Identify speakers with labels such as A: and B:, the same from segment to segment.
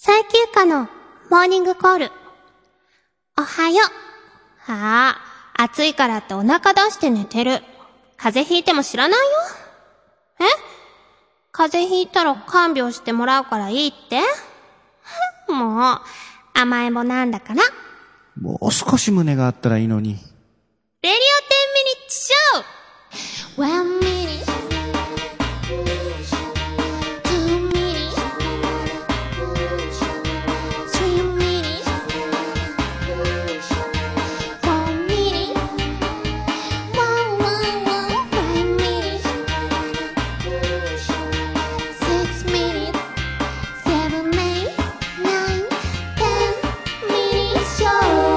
A: 最休暇のモーニングコール。おはよう。暑いからってお腹出して寝てる。風邪ひいても知らないよ。風邪ひいたら看病してもらうからいいってもう、甘えん坊なんだから。
B: もう少し胸があったらいいのに。
A: レディオ10ミニッツショー !1 minute2 minutes 3 minutes 4 minutes 5 minutes 6 minutes 7 8 9 10 minutes show。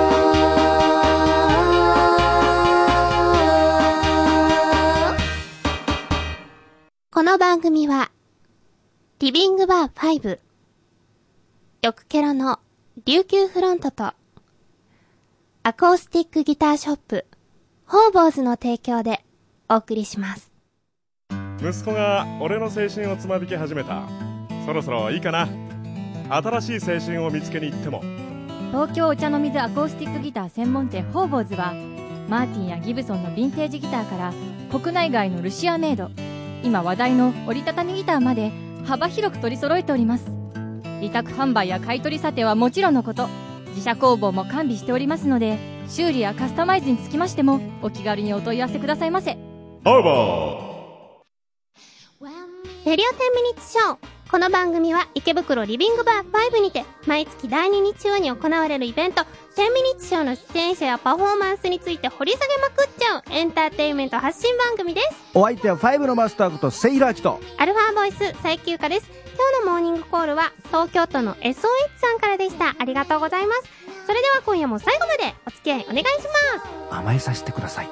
A: この番組はリビングバー5、翌ケロの琉球フロントとアコースティックギターショップホーボーズの提供でお送りします。
C: 息子が俺の青春をつまびき始めた。そろそろいいかな。新しい青春を見つけに行っても。
D: 東京お茶の水アコースティックギター専門店ホーボーズはマーティンやギブソンのヴィンテージギターから国内外のルシアメイド、今話題の折りたたみギターまで幅広く取り揃えております。委託販売や買取査定はもちろんのこと、自社工房も完備しておりますので、修理やカスタマイズにつきましてもお気軽にお問い合わせくださいませ。
C: ホーボ
A: レディオ10ミニッツショー。この番組は池袋リビングバー5にて毎月第2日曜に行われるイベント10ミニッツショーの出演者やパフォーマンスについて掘り下げまくっちゃうエンターテインメント発信番組です。
B: お相手は5のマスターことセイラーキと
A: アルファボイス最休暇です。今日のモーニングコールは東京都の SOH さんからでした。ありがとうございます。それでは今夜も最後までお付き合いお願いします。
B: 甘えさせてください。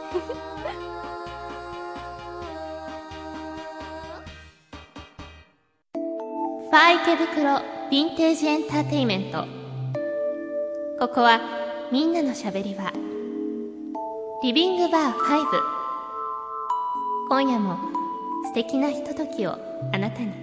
A: ファ池袋ヴィンテージエンターテイメント。ここはみんなのしゃべり場、リビングバー5。今夜も素敵なひとときをあなたに。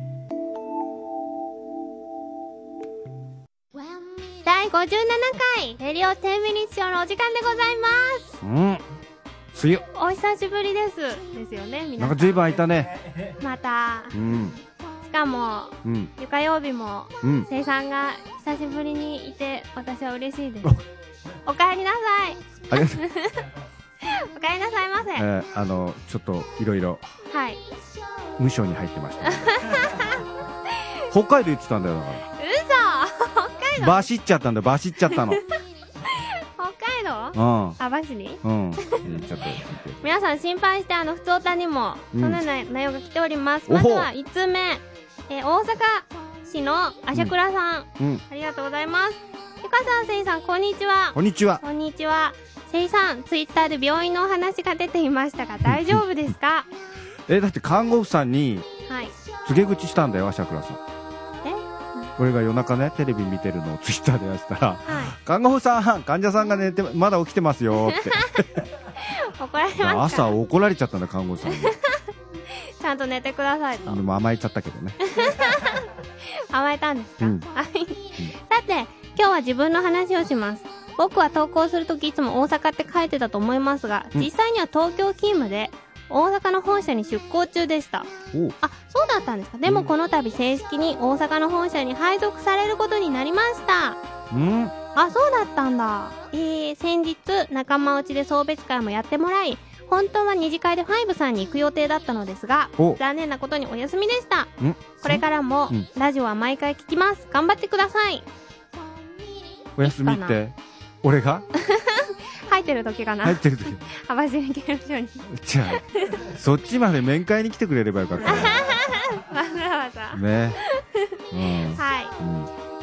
A: 第57回レディオ10ミニッツショーのお時間でございます。
B: 梅雨
A: お久しぶりですですよね。皆さん
B: なんか随分空いたね。
A: また、しかも、ゆか曜日も、生産が久しぶりにいて私は嬉しいです。おかえりなさい。
B: ありがとう
A: おかえりなさいませ。
B: ちょっといろいろ
A: はい
B: 無償に入ってました、ね、北海道行ってたんだよ。だから
A: 嘘。北海道
B: バシっちゃったんだよ。バシっちゃったの。
A: 北海道、
B: あ
A: バシに、
B: 行っちゃった。
A: 皆さん心配してふつおたにもそんな内容が来ております。まずは1通目、大阪市のあしゃくらさん、ありがとうございます。ゆかさん、せいさん、こんにちは。
B: こんにちは。
A: こんにちは。せいさん、ツイッターで病院のお話が出ていましたが大丈夫ですか？
B: だって看護婦さんに
A: はい
B: 告げ口したんだよ、朝倉さん。俺が夜中ねテレビ見てるのをツイッターでやってたら、看護婦さん、患者さんが寝てまだ起きてますよって
A: 怒られました。
B: 朝怒られちゃったんだ、看護婦さんに。
A: ちゃんと寝てくださいと。
B: でも甘えちゃったけどね。
A: 甘えたんですか？さて、今日は自分の話をします。僕は投稿するときいつも大阪って書いてたと思いますが、実際には東京勤務で大阪の本社に出向中でした。あ、そうだったんですか。でもこの度正式に大阪の本社に配属されることになりました。あ、そうだったんだ。先日仲間内で送別会もやってもらい、本当は二次会で5さんに行く予定だったのですが、残念なことにお休みでした。これからもラジオは毎回聞きます。頑張ってください。
B: お休みって俺が
A: 入ってる時かな。
B: 入ってる時。
A: 網走刑務所に。
B: じゃあそっちまで面会に来てくれればよかったね。
A: わざわざ
B: ね。
A: はい。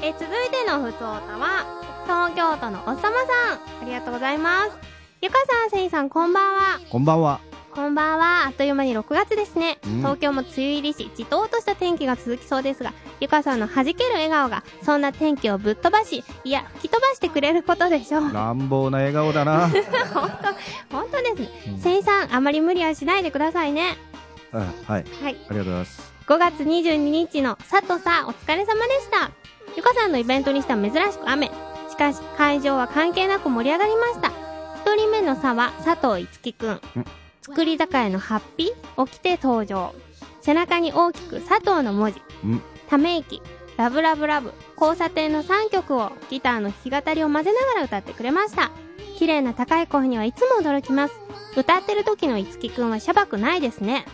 A: 続いてのふつおたは東京都のおっさまさん、ありがとうございます。ゆかさん、せいさん、こんばんは。
B: こんばんは。
A: こんばんは。あっという間に6月ですね。東京も梅雨入りし、じとーとした天気が続きそうですが、ゆかさんの弾ける笑顔がそんな天気をぶっ飛ばし、いや吹き飛ばしてくれることでしょう。
B: 乱暴な笑顔だな。
A: 本当ですね。せいさん、あまり無理はしないでくださいね。
B: はい。ありがとうございます。
A: 5月22日の佐藤さん、お疲れ様でした。ゆかかさんのイベントにしては珍しく雨。しかし会場は関係なく盛り上がりました。一人目の差は佐藤いつきくん。作り酒屋のハッピー起きて登場。背中に大きく佐藤の文字。ため息、ラブラブラブ、交差点の3曲をギターの弾き語りを混ぜながら歌ってくれました。綺麗な高い声にはいつも驚きます。歌ってる時のいつきくんはシャバくないですね。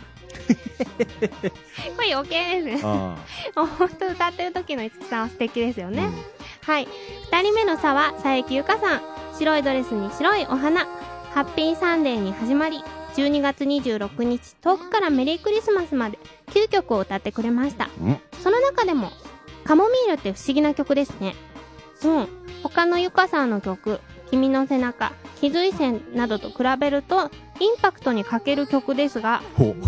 A: これ余計ですね。本当歌ってる時のいつきさんは素敵ですよね。はい。二人目の差は佐伯ゆかさん。白いドレスに白いお花。ハッピーサンデーに始まり、12月26日遠くからメリークリスマスまで9曲を歌ってくれました。その中でもカモミールって不思議な曲ですね。他のゆかさんの曲、君の背中、気づい線などと比べるとインパクトに欠ける曲ですが、これ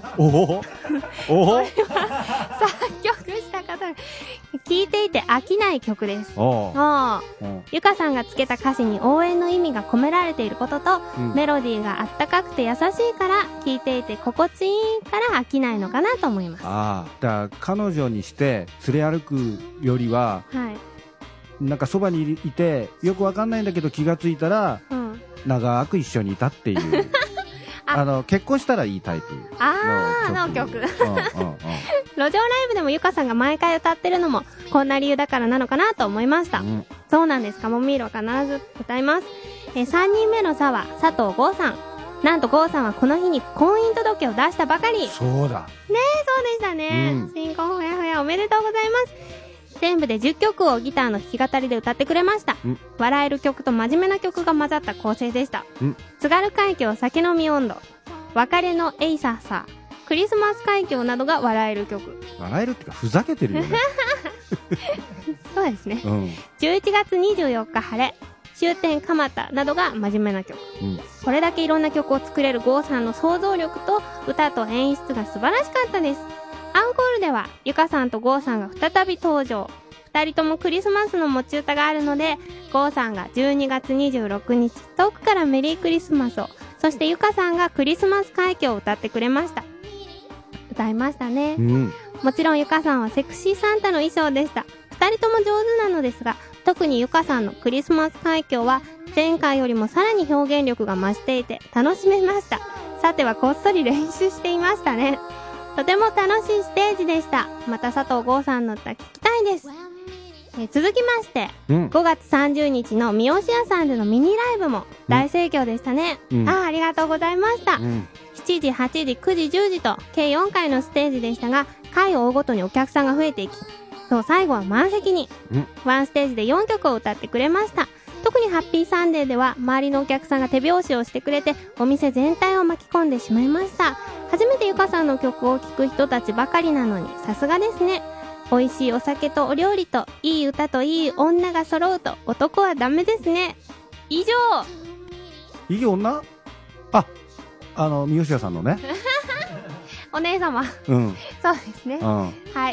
A: は作曲した方が聴いていて飽きない曲です。ゆかさんがつけた歌詞に応援の意味が込められていることと、メロディーがあったかくて優しいから聴いていて心地いいから飽きないのかなと思います。
B: だから彼女にして連れ歩くよりは、なんかそばにいてよくわかんないんだけど気がついたら、長く一緒にいたっていう結婚したらいいタイプの曲。路上
A: ライブでもゆかさんが毎回歌ってるのもこんな理由だからなのかなと思いました。そうなんです。カモミールは必ず歌います。3人目の差は佐藤剛さん。なんと郷さんはこの日に婚姻届を出したばかり。
B: そうだね。
A: そうでしたね。新婚ほやほやおめでとうございます。全部で10曲をギターの弾き語りで歌ってくれました。笑える曲と真面目な曲が混ざった構成でした。津軽海峡酒飲み温度、別れのエイサーサー、クリスマス海峡などが笑える曲。
B: 笑えるってかふざけてるよね。
A: そうですね。11月24日晴れ、終点蒲田などが真面目な曲。これだけいろんな曲を作れる郷さんの想像力と歌と演出が素晴らしかったです。アンコールではゆかさんと郷さんが再び登場。二人ともクリスマスの持ち歌があるので、郷さんが12月26日遠くからメリークリスマスを、そしてゆかさんがクリスマス海峡を歌ってくれました。歌いましたね。もちろんゆかさんはセクシーサンタの衣装でした。二人とも上手なのですが、特にゆかさんのクリスマス海峡は前回よりもさらに表現力が増していて楽しめました。さてはこっそり練習していましたね。とても楽しいステージでした。また佐藤剛さんの歌聞きたいです。続きまして、5月30日の三好屋さんでのミニライブも大盛況でしたね。ありがとうございました。7時、8時、9時、10時と計4回のステージでしたが、回を追うごとにお客さんが増えていき、最後は満席に、ワンステージで4曲を歌ってくれました。特にハッピーサンデーでは周りのお客さんが手拍子をしてくれてお店全体を巻き込んでしまいました。初めてゆかさんの曲を聴く人たちばかりなのにさすがですね。美味しいお酒とお料理といい歌といい女が揃うと男はダメですね。以上。
B: いい女？三好屋さんのね。
A: お姉様。そうですね。はい、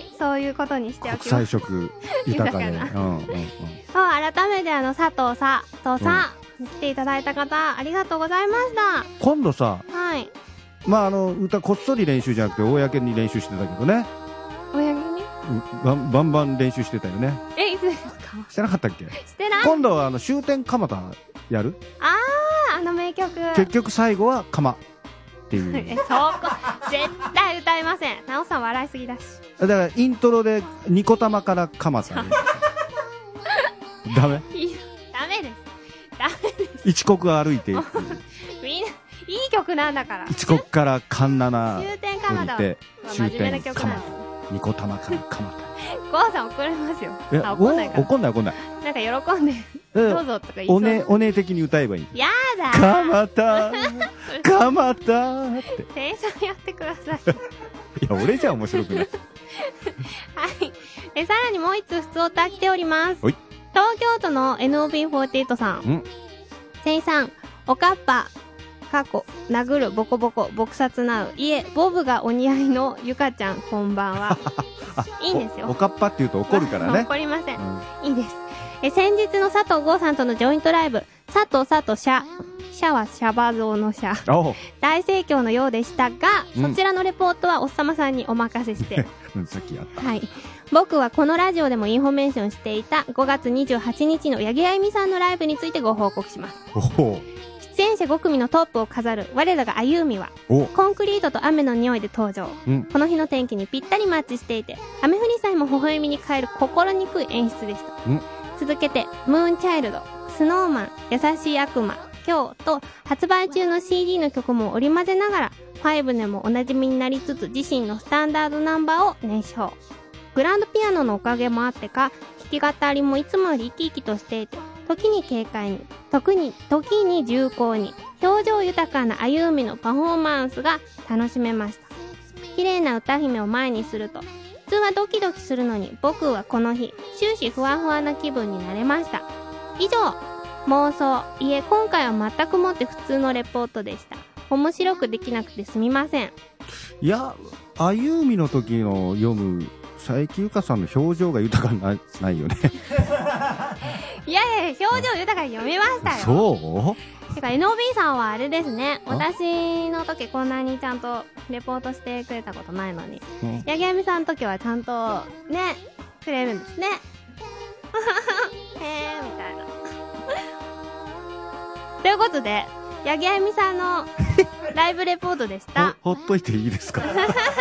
A: そういうことにしておきます。
B: 国際色豊かで。
A: 改めて佐藤さん、来ていただいた方、ありがとうございました。
B: 今度さ、歌こっそり練習じゃなくて公に練習してたけどね。
A: 公に？
B: バンバン練習してたよね。
A: いつですか？
B: してなかったっけ？
A: してない。
B: 今度は終点蒲田やる？
A: 名曲。
B: 結局最後は蒲っていう。
A: 絶対歌えません。なおさん笑いすぎだし。
B: だからイントロでニコ玉から蒲田に。ダメ？
A: ダメです。
B: 一国歩いていく。
A: みんないい曲なんだから。
B: 一国から環七
A: 終点蒲田。
B: 終点蒲田。ニコ玉から蒲田。
A: 郷さん怒れますよ。
B: 怒んないから。怒んない。
A: なんか喜んでどうぞとか言いそう。
B: おね的に歌えばいい。
A: やだ。
B: 蒲田って。
A: 声優やってください。
B: いや俺じゃ面白くない。
A: はい。さらにもう一つ普通歌来ております。東京都の NOB48 さん。せいさん、おかっぱ、過去、殴る、ボコボコ、撲殺なう、いえ、ボブがお似合いのゆかちゃん、こんばんは。いいんですよ。
B: おかっぱって言うと怒るからね。
A: 怒りません。いいです。先日の佐藤剛さんとのジョイントライブ、佐藤シャはシャバ像のシャ。大盛況のようでしたが、そちらのレポートはおっさまさんにお任せして。
B: さっきやった。
A: はい。 僕はこのラジオでもインフォメーションしていた5月28日の八木あゆみさんのライブについてご報告します。出演者5組のトップを飾る我らがあゆみはコンクリートと雨の匂いで登場、この日の天気にぴったりマッチしていて、雨降りさえも微笑みに変える心にくい演出でした。続けてムーンチャイルド、スノーマン、優しい悪魔、今日と発売中の CD の曲も織り交ぜながら5でもおなじみになりつつ自身のスタンダードナンバーを熱唱。グランドピアノのおかげもあってか弾き語りもいつもより生き生きとしていて、時に軽快に時に重厚に表情豊かな歩みのパフォーマンスが楽しめました。綺麗な歌姫を前にすると普通はドキドキするのに、僕はこの日終始ふわふわな気分になれました。以上、妄想いえ今回は全くもって普通のレポートでした。面白くできなくてすみません。
B: いや、歩みの時の読む佐伯ゆかさんの表情が豊かにないよね。
A: いやいや、表情豊かに読みましたよ。
B: そう
A: てか NOB さんはあれですね、私の時こんなにちゃんとレポートしてくれたことないのに、八木あゆみさんの時はちゃんとねくれるんですね。みたいな。ということで八木あゆみさんのライブレポートでした。
B: ほっといていいですか。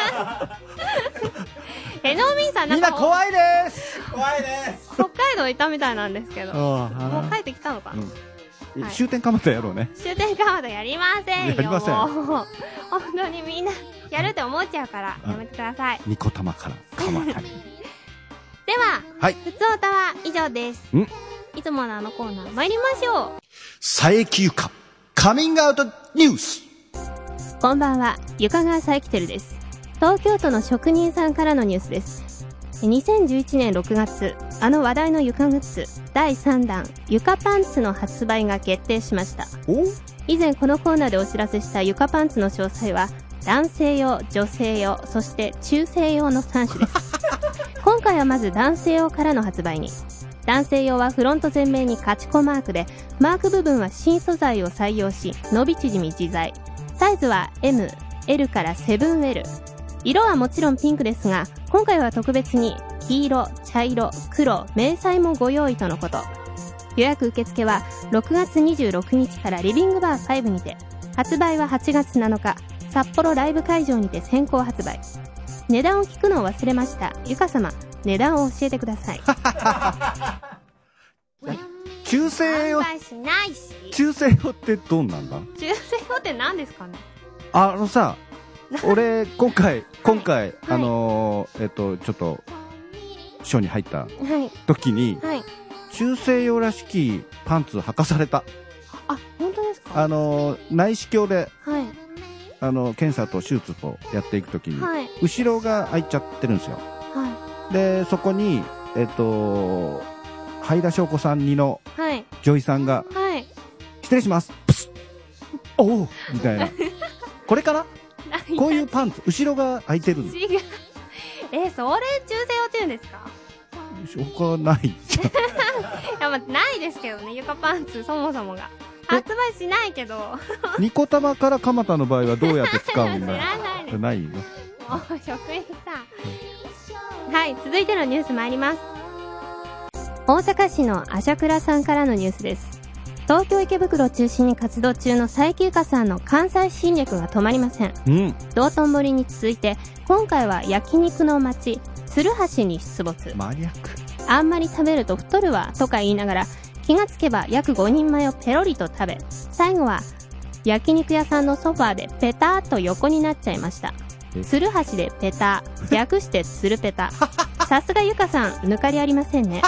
A: NOB さん
B: みんな怖いです。
A: 北海道いたみたいなんですけど、もう帰ってきたのかな。
B: 終点蒲田やろうね。
A: 終点蒲田やりませんよ。
B: やりません。
A: 本当にみんなやるって思っちゃうからやめてください。
B: ニコ玉から蒲田に。
A: では、ふつおたは以上です。いつものあのコーナー参りましょう。
B: 佐伯ゆかカミングアウトニュース。
A: こんばんは、ゆかがわさえきてるです。東京都の職人さんからのニュースです。2011年6月、あの話題の床グッズ第3弾床パンツの発売が決定しました。以前このコーナーでお知らせした床パンツの詳細は男性用、女性用、そして中性用の3種です。今回はまず男性用からの発売に。男性用はフロント前面にカチコマークで、マーク部分は新素材を採用し、伸び縮み自在。サイズは M、L から 7L。色はもちろんピンクですが、今回は特別に黄色、茶色、黒、迷彩もご用意とのこと。予約受付は6月26日からリビングバー5にて、発売は8月7日、札幌ライブ会場にて先行発売。値段を聞くのを忘れました。ゆか様、値段を教えてください。
B: 中性用、中性用ってどうなんだ？
A: 中性用って何ですかね？
B: さ、俺今回ちょっとショーに入った時に、中性用らしきパンツ履かされた。
A: あ、本当ですか？
B: 内視鏡で、検査と手術とやっていく時に、後ろが開いちゃってるんですよ。でそこにはいだしょうこさん2の女医さんが、失礼します、プスッ、おおみたいな。これかな。こういうパンツ後ろが開いてるの。違う。
A: それ中性用って言うんですか？
B: 他ないじゃん。
A: いや、ないですけどね、床パンツそもそもが発売しないけど。
B: ニコ玉から蒲田の場合はどうやって使うんだ？
A: 知らないです。
B: ないよ。
A: 職員さん。はい、続いてのニュース参ります。大阪市のあしゃくらさんからのニュースです。東京池袋を中心に活動中の佐伯ゆかさんの関西侵略が止まりません。道頓堀に続いて今回は焼肉の街鶴橋に出没。
B: マニアック。
A: あんまり食べると太るわとか言いながら気がつけば約5人前をペロリと食べ、最後は焼肉屋さんのソファーでペターっと横になっちゃいました。鶴橋でペター、略してツルペタ。さすがゆかさん、抜かりありませんね。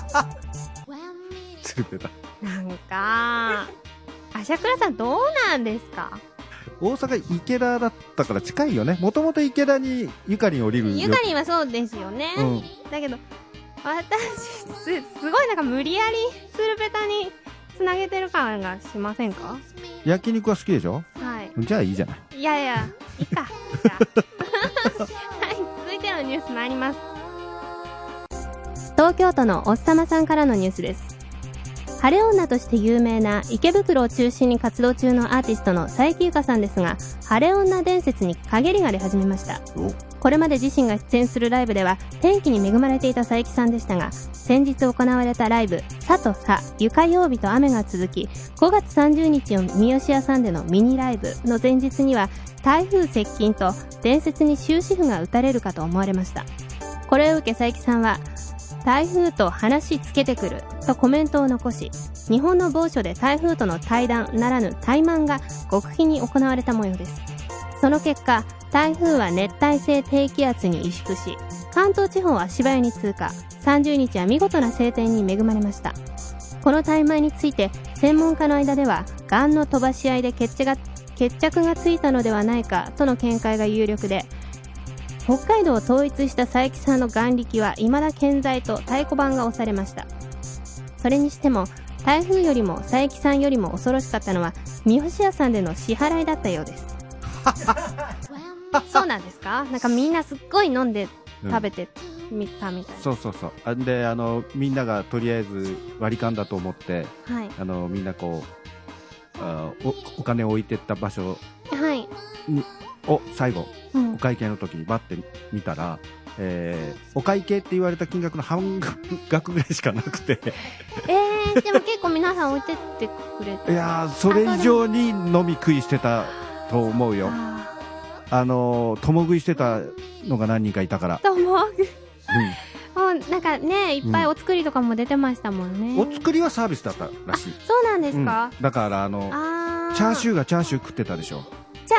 B: ツルペタ。
A: なんかあしゃくらさんどうなんですか？
B: 大阪池田だったから近いよね。もともと池田にゆかりん降りる。
A: ゆかりんはそうですよね。だけど私すごいなんか無理やりツルペタにつなげてる感がしませんか？
B: 焼肉は好きでしょ？
A: はい。
B: じゃあいいじゃない。
A: いやいや、いいか。じゃあはい、続いてのニュース参ります。東京都のおっさまさんからのニュースです。晴れ女として有名な池袋を中心に活動中のアーティストの佐伯ゆかさんですが、晴れ女伝説に陰りが出始めました。 これまで自身が出演するライブでは天気に恵まれていた佐伯さんでしたが、先日行われたライブさとさ床曜日と雨が続き、5月30日を三好屋さんでのミニライブの前日には台風接近と伝説に終止符が打たれるかと思われました。これを受け佐伯さんは、台風と話つけてくるとコメントを残し、日本の某所で台風との対談ならぬ対マンが極秘に行われた模様です。その結果、台風は熱帯性低気圧に萎縮し、関東地方は足早に通過、30日は見事な晴天に恵まれました。このタイマンについて専門家の間では、雁の飛ばし合いで決着がついたのではないかとの見解が有力で、北海道を統一した佐伯さんの眼力は未だ健在と太鼓判が押されました。それにしても台風よりも佐伯さんよりも恐ろしかったのは三好屋さんでの支払いだったようです。そうなんですか？なんかみんなすっごい飲んで食べてみたみたいな、
B: そうで、みんながとりあえず割り勘だと思って、
A: はい、
B: みんなこうお金を置いてった場所に、を最後、お会計の時にバッて見たら、お会計って言われた金額の半額ぐらいしかなくて
A: でも結構皆さん置いてってくれて、
B: いやそれ以上に飲み食いしてたと思うよ。共食いしてたのが何人かいたから。
A: 共食い、もうなんかね、いっぱいお作りとかも出てましたもんね。
B: お作りはサービスだったらしい。
A: そうなんですか？
B: だからチャーシューがチャーシュー食ってたでしょ。
A: チ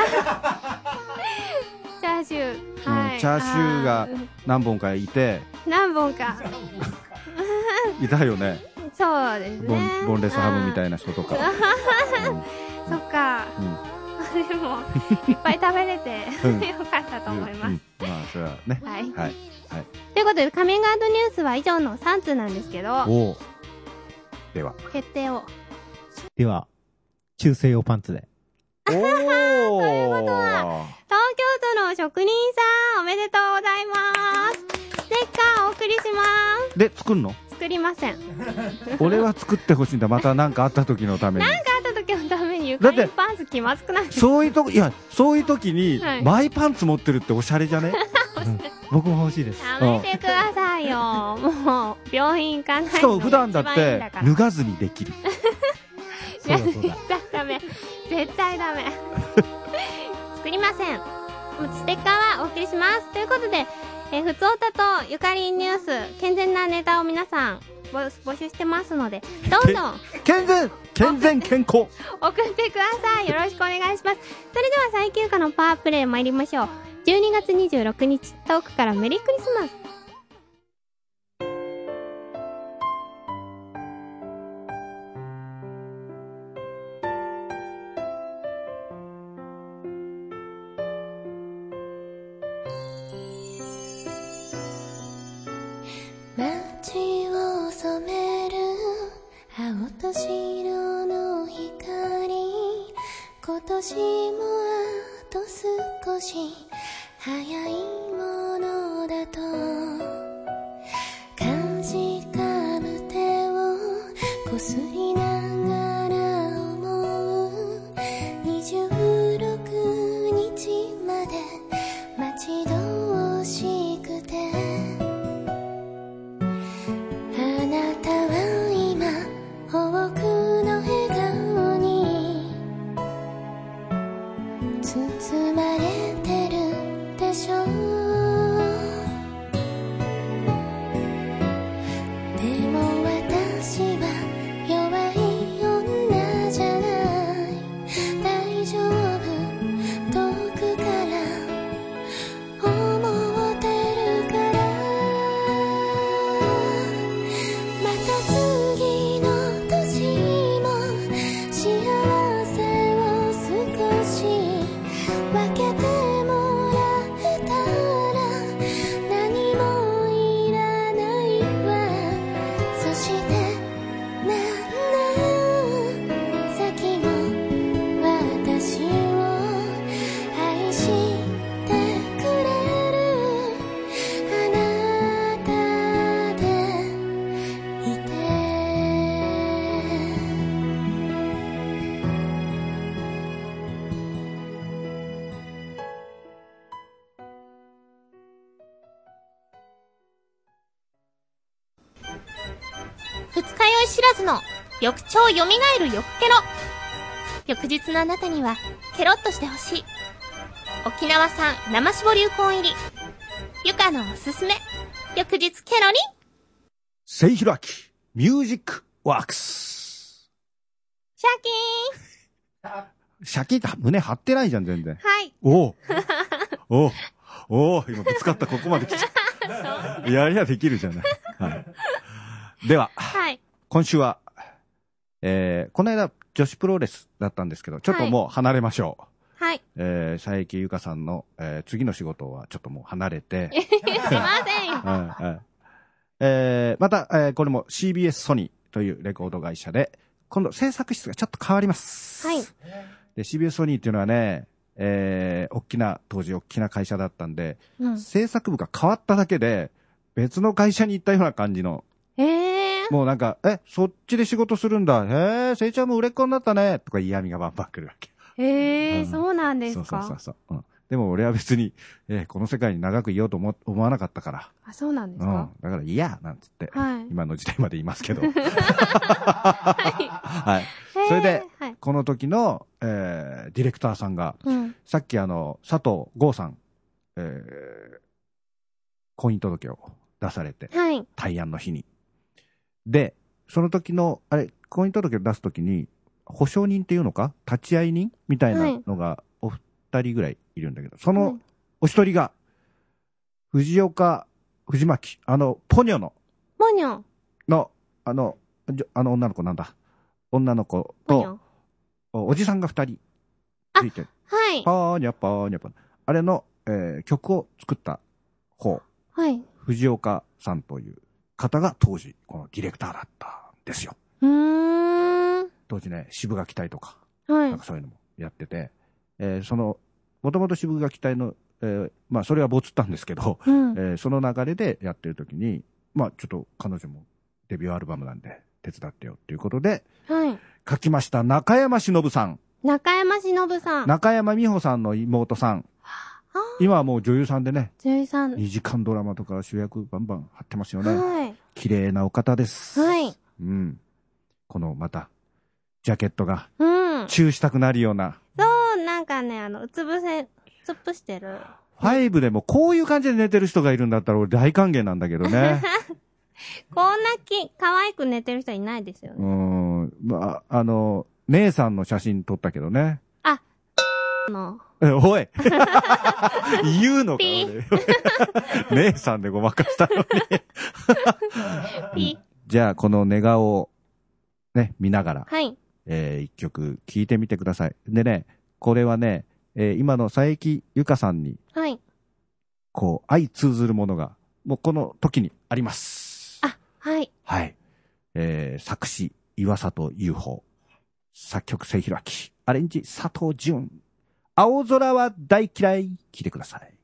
A: ャーシュー、はい、
B: チャーシューが何本かいて、
A: 何本か
B: いたよね。
A: そうですね。
B: ボンレスハムみたいな人とか。
A: そっか。でもいっぱい食べれてよかったと思います。
B: まあそれはね。
A: はい。
B: はい。
A: ということでカミングアウトニュースは以上の3通なんですけど。
B: では
A: 決定を。
E: では中性用パンツで。
A: ということは東京都の職人さんおめでとうございます。ステッカーお送りします。
B: で作るの？
A: 作りません。
B: 俺は作ってほしいんだ。また何かあった時のために。
A: 何かあった時のためにゆかりパンツ気まずくないですか？
B: そういう時にマイパンツ持ってるっておしゃれじゃね？
E: 僕も欲しいです。
A: やめてくださいよ。もう病院行かないのが一番いいんだから。
B: しかも普段だって脱がずにできる。
E: そうだ。
A: 絶対ダメ。絶対ダメ。作りません。ステッカーはお送りします。ということで、ふつおたとゆかりニュース、健全なネタを皆さん募集してますので、どんどん
B: 健全健康
A: 送ってください。よろしくお願いします。それでは最休暇のパワープレイ参りましょう。12月26日遠くからメリークリスマス。
F: 街を染める青と白の光、今年もあと少し早いものだと感じかむ手をこすりながら思う、26日まで待ち遠しくて、あなたは今多くの笑顔に包まれてるでしょう。でも私は弱い
A: 日酔い知らずの翌朝よみがえる翌ケロ。翌日のあなたにはケロッとしてほしい。沖縄産生搾りうこん入り。ゆかのおすすめ。翌日ケロリン。
B: せいひろあきミュージックワークス。
A: シャキーン。
B: シャキッと胸張ってないじゃん、全然。
A: はい。
B: おお今ぶつかった、ここまで来ちゃう。やりゃできるじゃない。はい。では、
A: はい。
B: 今週は、この間女子プロレスだったんですけど、ちょっともう離れましょう。
A: はい。
B: 佐伯ゆかさんの、次の仕事はちょっともう離れて。
A: しませんよ。
B: はい。また、これも CBS ソニーというレコード会社で、今度制作室がちょっと変わります。
A: はい。
B: で、CBS ソニーっていうのはね、当時大きな会社だったんで、制作部が変わっただけで、別の会社に行ったような感じの。もうなんか、そっちで仕事するんだ。せいちゃんも売れっ子になったね。とか嫌味がバンバン来るわけ。
A: そうなんですか。
B: そう。でも俺は別に、この世界に長くいようと思わなかったから。
A: あ、そうなんですか。
B: だから嫌なんつって、今の時代まで言いますけど。はい。それで、この時の、ディレクターさんが、さっき佐藤剛さん、婚姻届を出されて、大安の日に。で、その時の、婚姻届を出す時に、保証人っていうのか立ち会い人みたいなのがお二人ぐらいいるんだけど、そのお一人が、藤巻、ポニョの、女の子なんだ。女の子と、おじさんが二人ついてる。
A: はい。
B: パーニャパーニャパー。あれの、曲を作った方。
A: はい。
B: 藤岡さんという方が当時、このディレクターだったんですよ。当時ね、渋垣隊とか、なんかそういうのもやってて、もともと渋垣隊の、まあそれはボツったんですけど、その流れでやってる時に、まあちょっと彼女もデビューアルバムなんで手伝ってよっていうことで、書きました中山忍さん。中山美穂さんの妹さん。今はもう女優さんでね、2時間ドラマとか主役バンバン張ってますよね。綺麗なお方です。このまた、ジャケットが、チューしたくなるような。
A: そう、なんかね、突っ伏してる。
B: 5でもこういう感じで寝てる人がいるんだったら俺大歓迎なんだけどね。
A: こんな可愛く寝てる人いないですよね。
B: まあ、姉さんの写真撮ったけどね。おい言うのか俺。姉さんでごまかしたのに。じゃあ、この寝顔をね、見ながら。一曲聴いてみてください。でね、これはね、今の佐伯ゆかさんに、こう、相通ずるものが、もうこの時にあります。
A: はい。
B: 作詞、岩里雄宝。作曲、せいひろあき。アレンジ、佐藤淳。青空は大嫌い。聴いてください。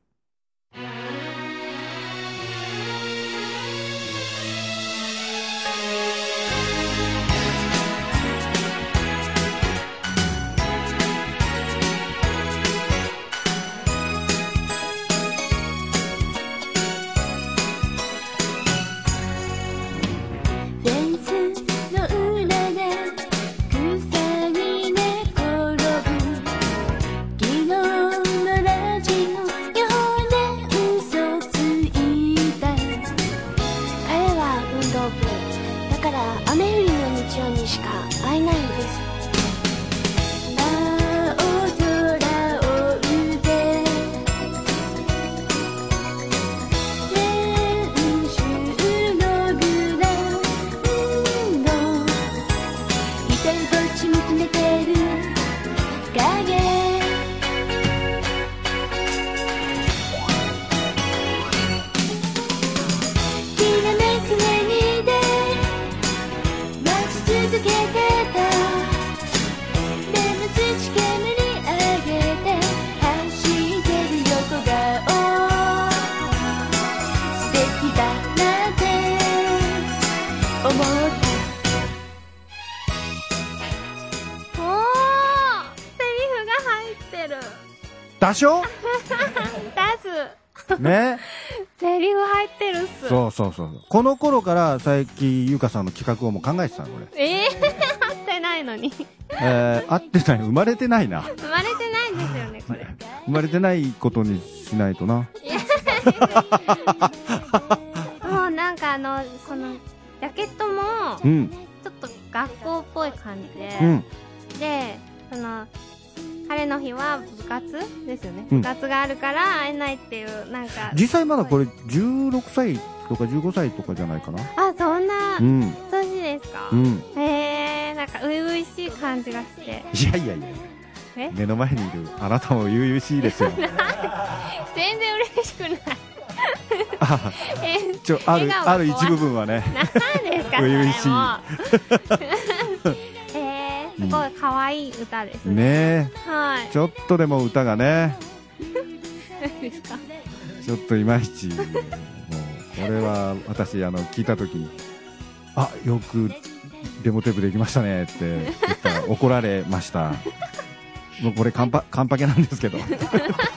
B: でしょ
A: 出す。
B: ね。
A: セセリフ入ってるっす。
B: そうそうそう。この頃から佐伯優香さんの企画をもう考えてたの、これ。
A: 合ってないのに。
B: 合ってない、生まれてないな。
A: 生まれてないんですよね、これ。
B: 生まれてないことにしないとな。
A: もうなんかこの、ジャケットも、
B: うん。
A: ちょっと学校っぽい感じで、
B: うん。
A: で、晴れの日は部活ですよね。
B: うん
A: 部活があるから会えないっていう、なんか。
B: 実際まだこれ16歳とか15歳とかじゃないかな。
A: あ、そんな、
B: うん。
A: 年ですか？
B: うん。
A: なんか、初々しい感じがして。
B: いやいやいや。
A: え
B: 目の前にいるあなたも悠々しいですよ。
A: 全然嬉しくない。
B: あある一部分はね。
A: 何ですか、
B: 初々しい
A: それも。すごい可愛い歌ですね。
B: ねえ。
A: はい。
B: ちょっとでも歌がね、
A: 何ですか？
B: ちょっといまいち、もう、これは私、聞いたときに、あ、よくデモテープできましたねって言ったら怒られました。もうこれカンパケなんですけど。みたいな。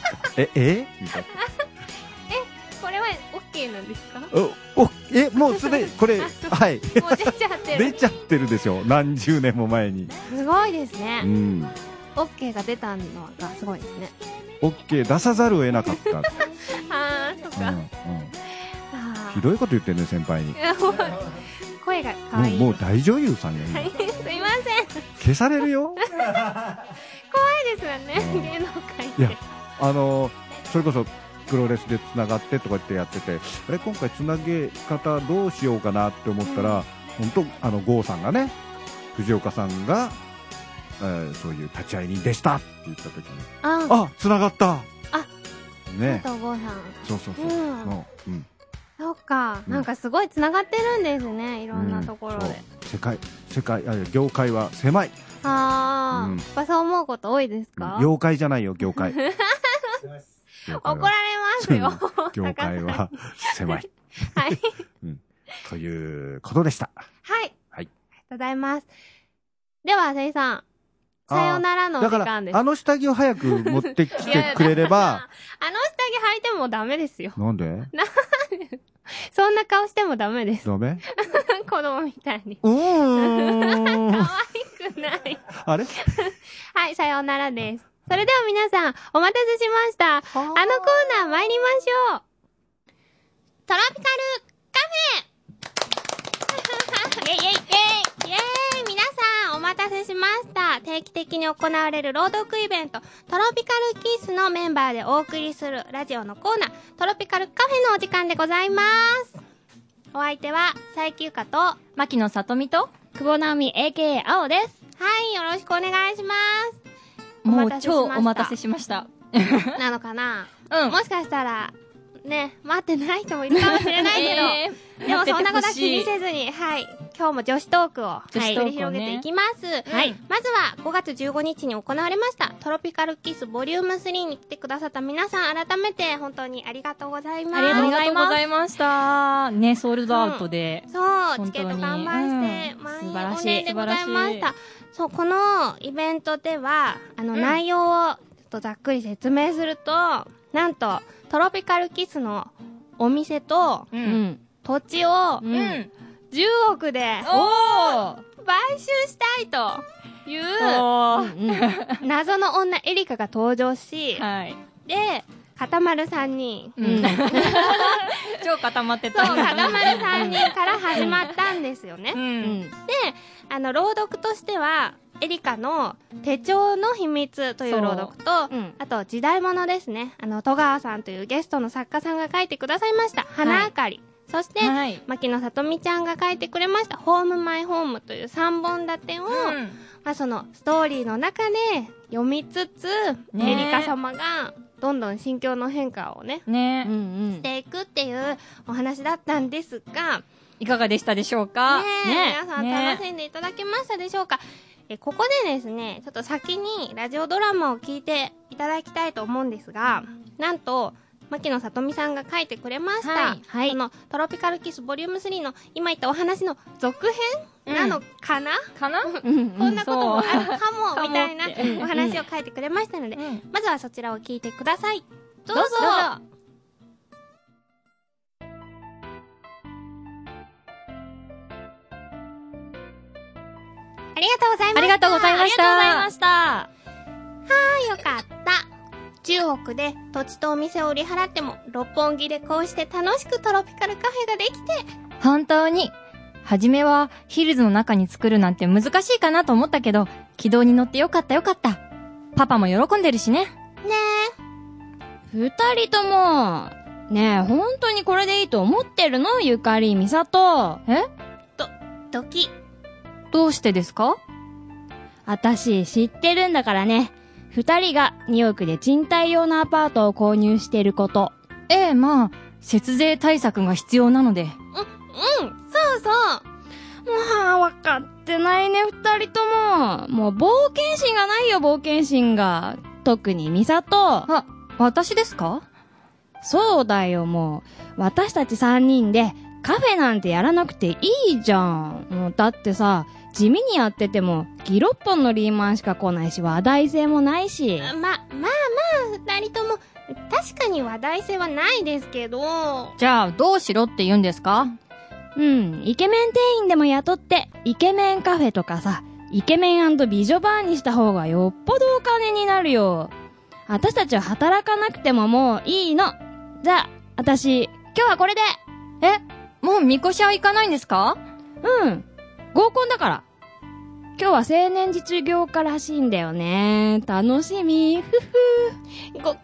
A: これは OK なんですか？
B: もうすでに、これ、はい。
A: もう出ちゃってる。
B: 出ちゃってるでしょ。何十年も前に。
A: すごいですね。
B: うん。
A: OK が出たのがすごいですね。
B: OK 出さざるを得なかった。
A: あー、そっか。
B: ひどいこと言ってんね、先輩に。
A: 声が可愛い。
B: もう大女優さんよ。
A: すいません。
B: 消されるよ。
A: 怖いですよね、芸能界って。
B: いや、それこそ、プロレスでつながってとかってやってて、今回つなげ方どうしようかなって思ったら、本当郷さんがね、藤岡さんが、そういう立ち会い人でしたって言った時に、あ、つながった。ね。
A: 佐藤郷さん。
B: そうそうそう。
A: そうか、なんかすごいつながってるんですね、いろんなところで。
B: 業界は狭い。
A: やっぱそう思うこと多いですか？
B: 業界じゃないよ、業界。
A: 怒られますよ。
B: 業界は狭い。
A: はい。
B: ということでした。
A: はい。
B: はい。
A: ありがとうございます。では、せいさん。さよならのお時間です。
B: だから、下着を早く持ってきてくれれば。
A: 下着履いてもダメですよ。
B: なんで？
A: そんな顔してもダメです。
B: ダメ？
A: 子供みたいに。
B: 可愛
A: くない。
B: あれ？
A: はい、さようならです。それでは皆さん、お待たせしました。コーナー参りましょう。トロピカルカフェイェイイェイイェイイェイ皆さん、お待たせしました。定期的に行われる朗読イベント、トロピカルキスのメンバーでお送りするラジオのコーナー、トロピカルカフェのお時間でございます。お相手は、佐伯ゆかと、
D: 牧野さとみと、
A: 久保直美 AKA 青です。はい、よろしくお願いします。
D: もう超お待たせしました。
A: なのかな？
D: うん。
A: もしかしたら、ね、待ってない人もいるかもしれないけど、でもそんなことは気にせずに、はい、今日も女子トークを繰り広げていきます。はい。まずは5月15日に行われましたトロピカルキスボリューム3に来てくださった皆さん、改めて本当にありがとうございます。
D: ありがとうございました。ね、ソールドアウトで。
A: そう、チケット完売して、
D: 素晴らしい。
A: でございました。そう、このイベントでは、内容をちょっとざっくり説明すると、なんと、トロピカルキスのお店と、土地を、10億で、買収したいという、謎の女エリカが登場し、で、固まる3人。
D: 超固まってた。
A: そう、固まる3人から始まったんですよね。で、朗読としては、エリカの手帳の秘密という朗読と、あと時代物ですね。戸川さんというゲストの作家さんが書いてくださいました。花あかり。そして、牧野さとみちゃんが書いてくれました、ホームマイホームという3本立てを、そのストーリーの中で読みつつ、エリカ様がどんどん心境の変化をね、していくっていうお話だったんですが、
D: いかがでしたでしょうか？
A: 皆さん楽しんでいただけましたでしょうか？ここでですね、ちょっと先にラジオドラマを聞いていただきたいと思うんですが、なんと、牧野さとみさんが書いてくれました。このトロピカルキスボリューム3の今言ったお話の続編なのかな？こんなこともあるかもみたいなお話を書いてくれましたので、まずはそちらを聞いてください。どうぞ。 ありがとうございました。
D: ありがとうございました。
G: ありがとうございました。
A: よかった。10億で土地とお店を売り払っても、六本木でこうして楽しくトロピカルカフェができて。
D: 本当に。はじめはヒルズの中に作るなんて難しいかなと思ったけど、軌道に乗ってよかったよかった。パパも喜んでるしね。
A: ね
G: 二人とも、ねえ、本当にこれでいいと思ってるの？ゆかり、みさと。
A: ドキ。
D: どうしてですか？
G: 私、知ってるんだからね。二人が2億で賃貸用のアパートを購入してること。
D: ええ、まあ、節税対策が必要なので。
A: そうそう。
G: もう、わかってないね、二人とも。もう、冒険心がないよ、冒険心が。特にみさと。
D: あ、私ですか？
G: そうだよ、もう。私たち3人で、カフェなんてやらなくていいじゃん。もうだってさ、地味にやってても、ギロッポンのリーマンしか来ないし、話題性もないし。
A: まあ、二人とも、確かに話題性はないですけど。
D: じゃあ、どうしろって言うんですか？
G: うん、イケメン店員でも雇って、イケメンカフェとかさ、イケメン&美女バーにした方がよっぽどお金になるよ。私たちは働かなくてももういいの。じゃあ、私、今日はこれで。
D: もうみこしは行かないんですか？
G: うん。合コンだから。今日は青年実業家らしいんだよね。楽しみ。ふふ。
A: ごめん、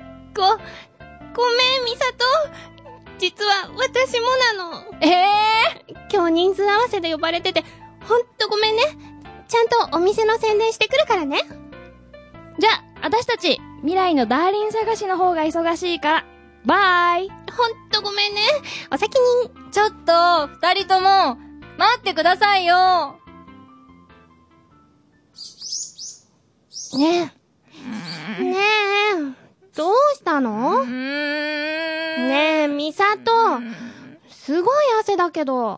A: みさと。実は、私もなの。今日人数合わせで呼ばれてて、ほんとごめんね。ちゃんとお店の宣伝してくるからね。
G: じゃあ、私たち、未来のダーリン探しの方が忙しいから、バイ。
A: ほんとごめんね。お先に。
D: ちょっと、二人とも、待ってくださいよ。
A: ねえ、どうしたの？ねえ、みさと。すごい汗だけど。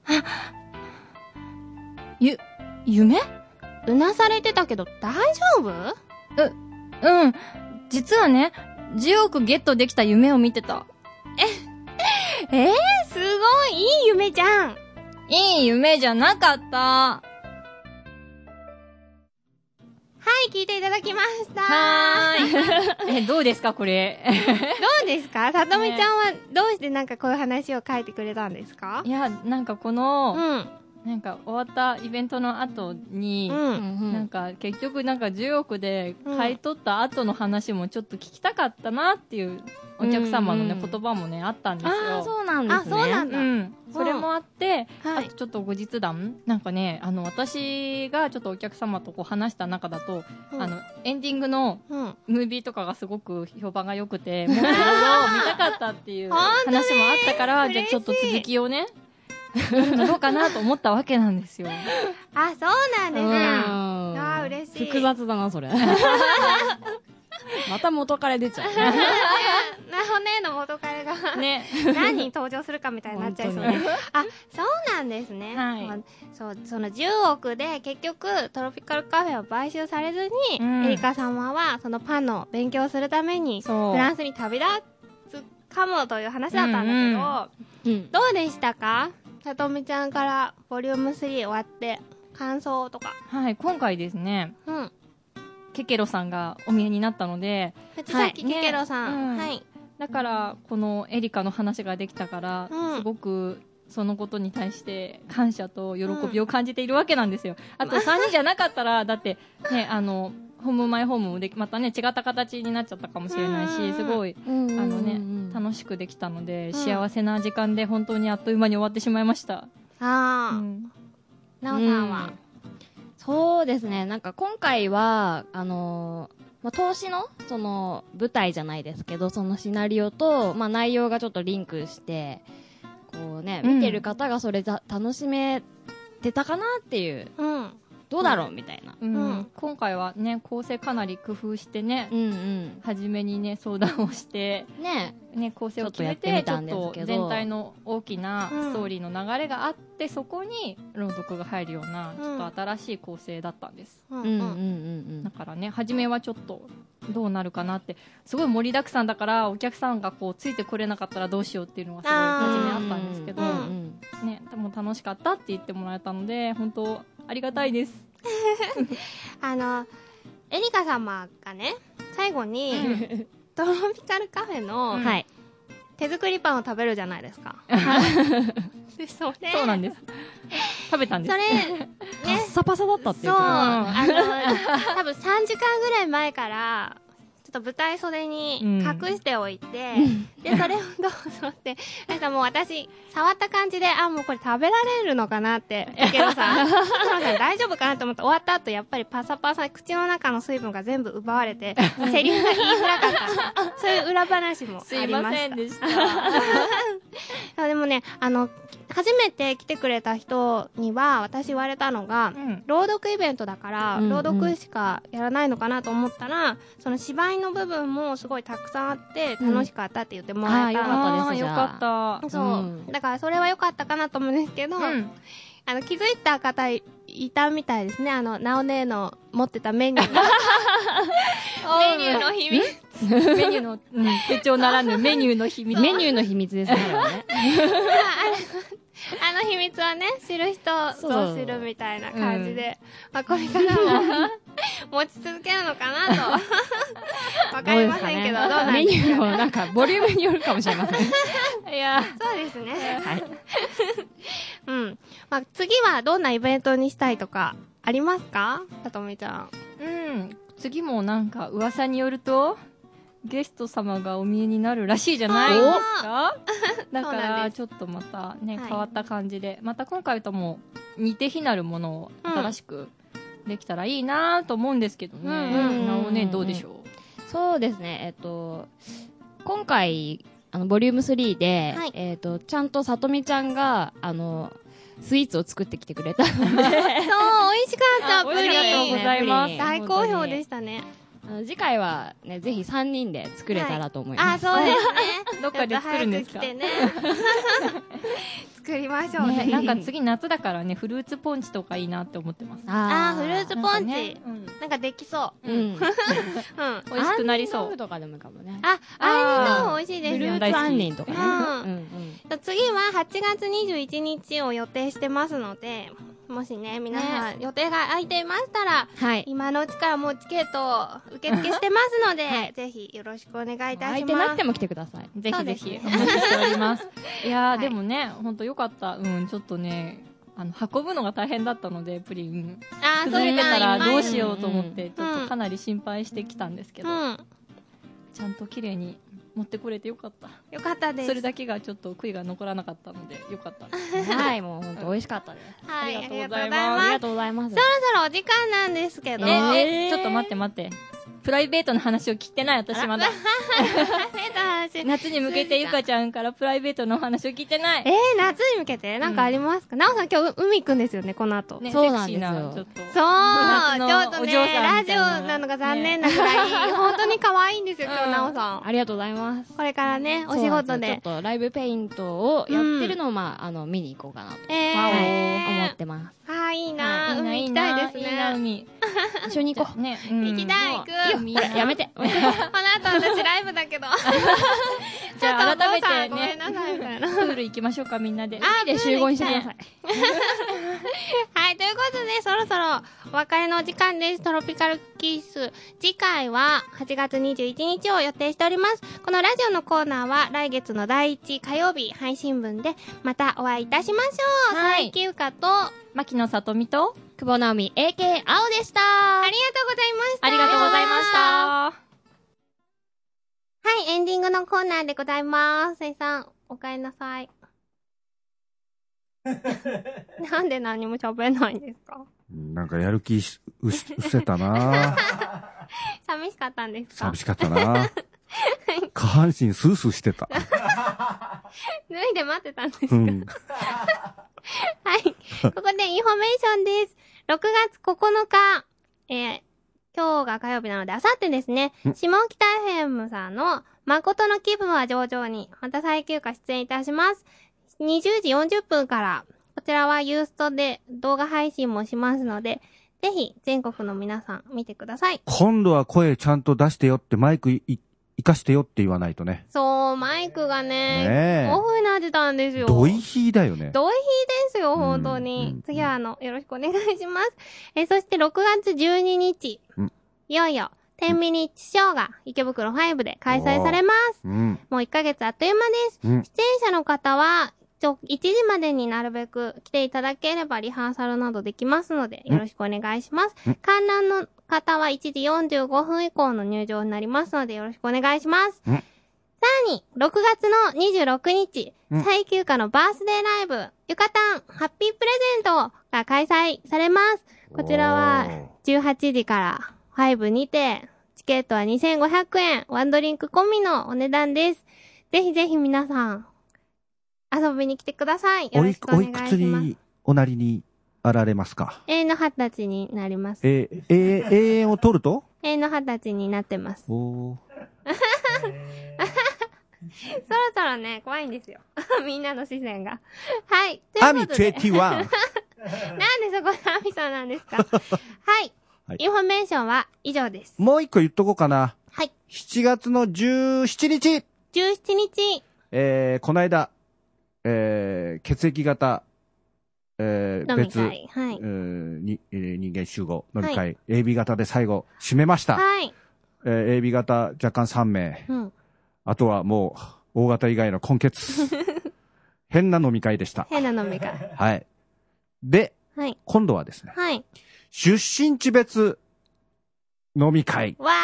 D: 夢？
A: うなされてたけど大丈夫？
D: うん。実はね、10億ゲットできた夢を見てた。
A: すごいいい夢じゃん。
D: いい夢じゃなかった。
A: はい、聞いていただきました。
D: はーい。どうですかこれ。
A: どうですか？さとみちゃんはどうしてなんかこういう話を書いてくれたんですか？
D: いや、なんかこの、
A: うん。
D: なんか終わったイベントの後に、なんか結局なんか10億で買い取った後の話もちょっと聞きたかったなっていうお客様のね、言葉もね、あったんですよ。
G: ああ、そうなんですね。
A: そうなんだ。
D: それもあって、
A: はい、
D: あとちょっと後日談なんかね、私がちょっとお客様とこう話した中だと、エンディングのムービーとかがすごく評判が良くて、もっといろいろ見たかったっていう話もあったから、じゃあちょっと続きをね、どうかなと思ったわけなんですよ。
A: あ、そうなんですか。嬉しい。
G: 複雑だな、それ。また元彼出ちゃう。
A: 骨の元彼が
D: ね、
A: 何人登場するかみたいになっちゃいそうね。あ、そうなんですね。
D: はい。
A: その10億で結局トロピカルカフェは買収されずに、エリカ様はそのパンの勉強をするためにフランスに旅立つかもという話だったんだけど、どうでしたか？さとみちゃんからボリューム3終わって感想とか。
D: はい、今回ですね、ケケロさんがお見えになったので、
A: 藤崎ケケロさん、はい。
D: だからこのエリカの話ができたから、すごくそのことに対して感謝と喜びを感じているわけなんですよ。あと3人じゃなかったらだってね、ホームマイホームもまたね違った形になっちゃったかもしれないし、すごい楽しくできたので、幸せな時間で本当にあっという間に終わってしまいました。
A: なおさんは？
G: そうですね、なんか今回は投資のその舞台じゃないですけど、そのシナリオと、内容がちょっとリンクしてこうね、見てる方がそれ楽しめてたかなっていう、どうだろうみたいな、
D: 今回はね構成かなり工夫してね、初めにね相談をしてね構成を決めてちょっと全体の大きなストーリーの流れがあって、そこに朗読が入るようなちょっと新しい構成だったんです。だからね初めはちょっとどうなるかなって、すごい盛りだくさんだからお客さんがこうついてこれなかったらどうしようっていうのがすごい初めあったんですけど、ね、でも楽しかったって言ってもらえたので本当ありがたいです。
A: エリカ様がね、最後に、トロピカルカフェの、
G: はい。
A: 手作りパンを食べるじゃないですか。で、そう
D: なんです。食べたんです。
A: それ、
G: ね、パッサパサだったっていう
A: そう、
G: か。
A: 多分3時間ぐらい前から、ちょっと舞台袖に隠しておいて、で、それをどうぞって、なんかもう私、触った感じで、あ、もうこれ食べられるのかなって、けどさ、大丈夫かなと思って終わった後、やっぱりパサパサ、口の中の水分が全部奪われて、セリフが言いづらかった。そういう裏話もありました。
D: すいませんでした。
A: でもね、初めて来てくれた人には、私言われたのが、朗読イベントだから、朗読しかやらないのかなと思ったら、その芝居の部分もすごいたくさんあって楽しかったって言ってもらえた
G: ので、
D: よかった。
A: そう、だからそれは良かったかなと思うんですけど、気づいた方いたみたいですね。なおねの持ってたメニューメニューの秘密
D: メニューの、手帳ならぬメニューの秘密。
G: メニューの秘密ですね。
A: 秘密はね、知る人ぞ知るみたいな感じで、まあこれからも持ち続けるのかなとわかりませんけど、どうなん
G: メニューのなんかボリュームによるかもしれません。
A: いや、そうですね。
G: はい。
A: うん。まあ次はどんなイベントにしたいとかありますか？さとみちゃん。
D: 次もなんか噂によると、ゲスト様がお見えになるらしいじゃないですか。だからちょっとまたね、変わった感じで、また今回とも似て非なるものを新しくできたらいいなと思うんですけどね。なおね、どうでしょう？
G: そうですね、今回ボリューム3で、ちゃんとさとみちゃんがスイーツを作ってきてくれたので、そう、美味
A: しかった。プリン、
D: ありがとうございます。
A: 大好評でしたね。
G: 次回はね、ぜひ3人で作れたらと思います。
A: あ、そうですね。
D: どっかで作るんですか？
A: 作りましょうね。
D: なんか次夏だからね、フルーツポンチとかいいなって思ってます。
A: あ、フルーツポンチ。なんかできそう。美味
G: しくなりそう。とかでもいいかもね。
A: あ、杏仁豆腐美味しいですよ。
G: フルーツ杏仁とかね。
A: 次は8月21日を予定してますので、もしね、皆さん予定が空いていましたら、今のうちからもうチケット受付してますので、ぜひよろしくお願いいたします。
G: 空いてなくても来てください。
D: ぜひぜひお待ちしております。いやー、でもね、ほんとよかった。ちょっとね、運ぶのが大変だったので、プリン。崩れてたらどうしようと思って、ちょっとかなり心配してきたんですけど、ちゃんと綺麗に持ってこれてよかった。
A: よかったです。
D: それだけがちょっと悔いが残らなかったのでよかったです。
G: はい、もう本当美味しかったです。
A: はい、
G: ありがとうございます。ありがとうございます。
A: そろそろお時間なんですけど。
D: ちょっと待って。プライベートの話を聞いてない私まだ。夏に向けてゆかちゃんからプライベートの話を聞いてない。
A: 夏に向けてなんかありますか？なおさん今日海行くんですよね、この後。
G: そうなんですよ。
A: そう、ちょっとね、ラジオなのが残念なぐらい、本当に可愛いんですよ、今日なおさん。
G: ありがとうございます。
A: これからね、お仕事で。
G: ちょっとライブペイントをやってるのを見に行こうかなと思ってます。
A: あ、いいな、海行きたいですね。
D: 海。
G: 一緒に行こう。
A: ね、行きたい、行く。
G: やめて。
A: この後私ライブだけど。
D: じゃあ改めてね、
A: ごめんなさいみたいな。
D: プール行きましょうか、みんなで。
G: 海で集合にしてください。
A: はい、ということで、そろそろお別れのお時間です。トロピカルキス。次回は8月21日を予定しております。このラジオのコーナーは来月の第1火曜日配信分でまたお会いいたしましょう。佐伯ゆかと、
D: 牧野さとみと、
G: 久保直美 AK 青でした。
A: ありがとうございました。
D: ありがとうございました。
A: はい、エンディングのコーナーでございます。せいさん、お帰りなさい。なんで何も喋んないんですか？
B: なんかやる気失せたな。
A: 寂しかったんですか？
B: 寂しかったな。下半身スースーしてた。
A: 脱いで待ってたんですか？はい。ここでインフォメーションです。6月9日、今日が火曜日なので、あさってですね、下北 FM さんの誠の気分は上々に、また再休暇出演いたします。20時40分から、こちらはユーストで動画配信もしますので、ぜひ全国の皆さん見てください。
B: 今度は声ちゃんと出してよってマイク生かしてよって言わないとね。
A: そう、マイクがね、
B: ねえ
A: オフになってたんですよ。
B: ドイヒーだよね。
A: ドイヒーですよ、本当に。次はよろしくお願いします。そして6月12日、いよいよ、10ミニッチショーが池袋5で開催されます。もう1ヶ月あっという間です。出演者の方は、1時までになるべく来ていただければリハーサルなどできますので、よろしくお願いします。観覧の方は1時45分以降の入場になりますので、よろしくお願いします。さらに、6月の26日、最休暇のバースデーライブ、ゆかたんハッピープレゼントが開催されます。こちらは、18時から5にて、チケットは2500円、ワンドリンク込みのお値段です。ぜひぜひ皆さん、遊びに来てください。よろしくお願いします。
B: おいくつにおなりにあられますか？
A: 永遠の20歳になります。
B: 永遠を取ると？
A: 永遠の20歳になってます。そろそろね、怖いんですよ。みんなの視線が。はい。
B: アミ21。
A: なんでそこでアミさんなんですか？はい。インフォメーションは以上です。
B: もう一個言っとこうかな。
A: はい。
B: 7月の17日。
A: 17日。
B: この間、血液型、別、はい、人間集合飲み会、はい、AB 型で最後締めました。はい。AB 型若干3名。あとはもう、大型以外の根血。変な飲み会でした。
A: 変な飲み会。
B: はい。で、はい、今度はですね、はい、出身地別飲み会。
A: わ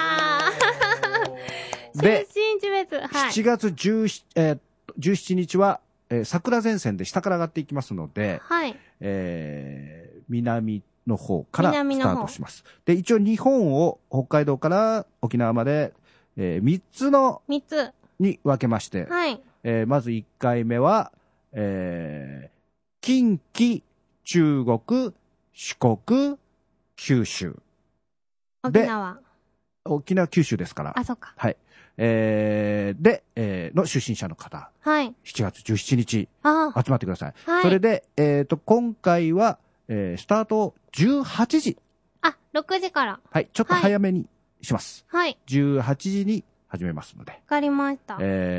A: ー出身地別。はい。
B: 7月17日は、桜前線で下から上がっていきますので、はい。南の方からスタートします。で、一応日本を北海道から沖縄まで、3つに分けまして、はい。まず1回目は、近畿、中国、四国、九州。沖縄、九州ですから。
A: あ、そっか。
B: はい。の出身者の方。はい。7月17日。集まってください。はい。それで、今回は、スタート18時。
A: あ、6時から。
B: はい。ちょっと早めにします。はい。18時に始めますので。わ
A: かりました。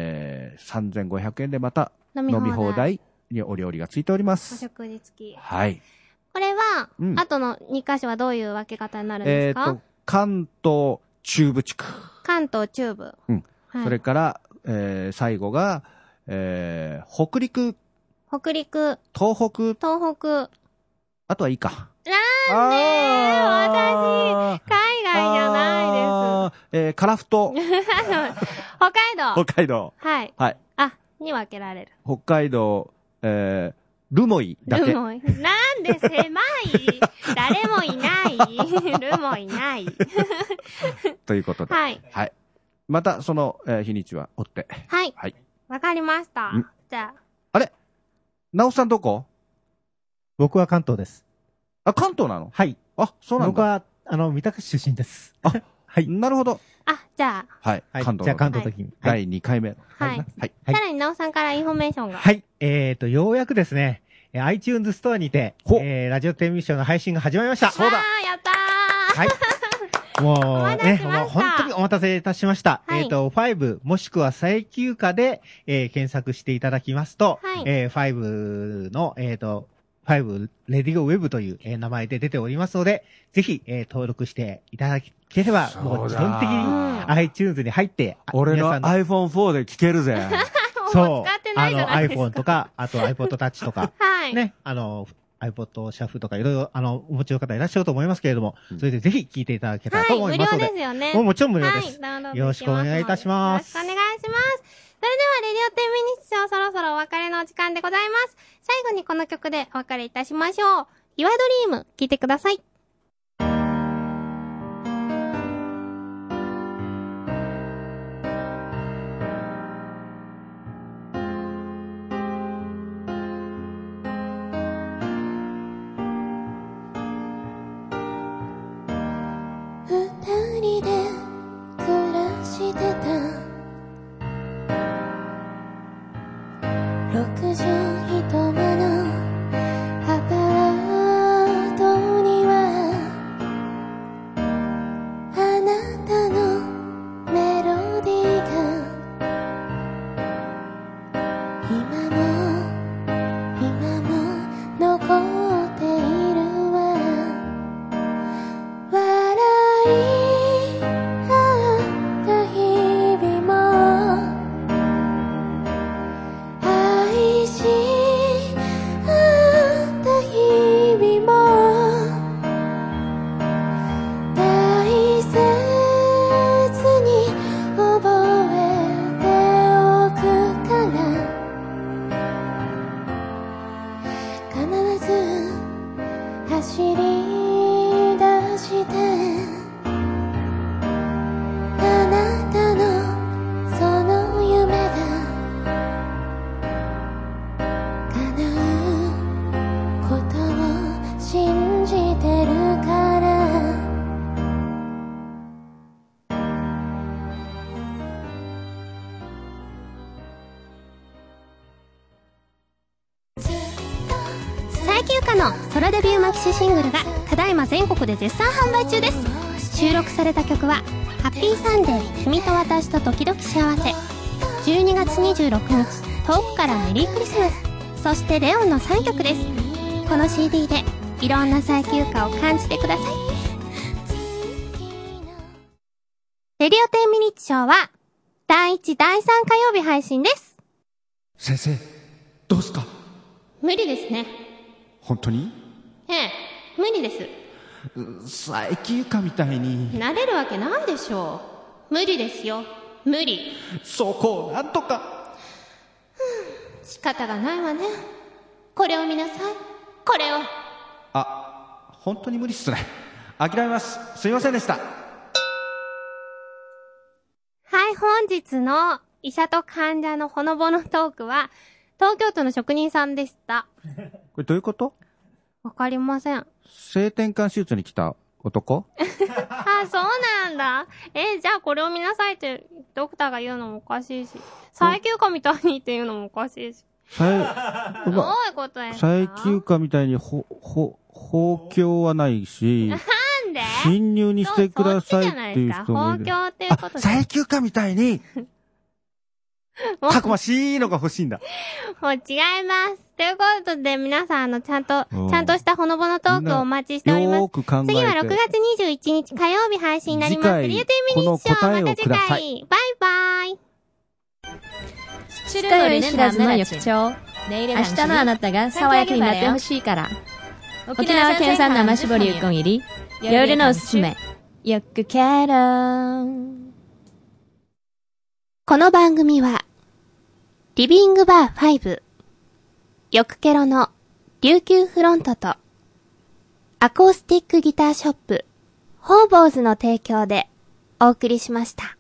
B: 3500円でまた飲み放題にお料理がついております。
A: お食事付き。
B: はい。
A: これは、後の2箇所はどういう分け方になるんですか？
B: 関東中部地区。
A: 関東中部。
B: うん。はい、それから、最後が、北陸。
A: 東北。あ
B: とはいいか。
A: なんで私、海外じゃない
B: です。樺太。
A: 北海道。
B: はい。はい。
A: に分けられる。
B: 北海道、留萌だけ。
A: 留萌。なんで狭い誰もいない留萌いない。
B: ということで。はい。はい。また、その、日にちは追って。
A: はい。はい。わかりました。じゃあ。
B: あれなおさんどこ？
E: 僕は関東です。
B: あ、関東なの？
E: はい。
B: あ、そうなんだ。
E: 僕は、三鷹市出身です。
B: あ、はい。なるほど。
A: じゃあ。
B: はい。
E: 関東。じゃあ関東の時に。
B: 第2回目。
A: はい。はい。さらになおさんからインフォメーションが。
E: はい。ようやくですね、iTunes ストアにて、ラジオテレビションの配信が始まりました。
A: そうだ。やったー。
E: はい。もうね、もう本当にお待たせいたしました。はい、5もしくは最休暇で、検索していただきますと、はい、5の、5レディゴウェブという、名前で出ておりますので、ぜひ、登録していただければ、もう基本的に iTunes に入って、
B: 俺の iPhone4 で聞けるぜ。
A: そう。
E: iPhone とか、あと iPod Touch とか、はい、ね、iPod シャフとかいろいろ、お持ちの方いらっしゃると思いますけれども、それでぜひ聞いていただけたらと思いますので。
A: 無料ですよね。
E: もちろん無料です。はい、よろしくお願いいたします。
A: よろしくお願いします。それでは、レディオ10ミニッツショーそろそろお別れのお時間でございます。最後にこの曲でお別れいたしましょう。Your Dream、聴いてください。
F: 二人で暮らしてた6畳一間のアパートには走り出してあなたのその夢が叶うことを信じてるから
A: 最休暇のソロデビューマキシシングルがただいま全国で絶賛販売中です。収録された曲はハッピーサンデー君と私と時々幸せ、12月26日遠くからメリークリスマス、そしてレオンの3曲です。この CD でいろんな最休暇を感じてください。レディオ10ミニッツショーは第1第3火曜日配信です。
B: 先生、どうすか？
A: 無理ですね。
B: 本当に？
A: ええ、無理です。
B: 最休暇みたいに
A: なれるわけないでしょう。無理ですよ、無理。
B: そこをなんとか。
A: 仕方がないわね。これを見なさい、これを。
B: 本当に無理っすね。諦めます。すいませんでした。
A: はい、本日の医者と患者のほのぼのトークは東京都の職人さんでした。
B: これどういうこと？
A: わかりません。
B: 性転換手術に来た男？
A: そうなんだ。じゃあこれを見なさいってドクターが言うのもおかしいし、最休暇みたいにっていうのもおかしいし。どういうことですか？
B: 最休暇みたいに放狂はないし、
A: なんで？
B: 侵入にしてくださいっていう人もいる。
A: 放狂っていうことで。
B: 最休暇みたいにたくましいのが欲しいんだ。
A: もう違います。ということで皆さんちゃんとしたほのぼのトークをお待ちしております。次は6月21日火曜日配信になります。リューティミニッショー、また次回。バイバイ。
H: しっかり知らずの翌朝、明日のあなたが爽やかになってほしいから。沖縄県産生搾りうこん入り、夜のおすすめ、よくケロ。
A: この番組はリビングバー5、よくケロの琉球フロントとアコースティックギターショップホーボーズの提供でお送りしました。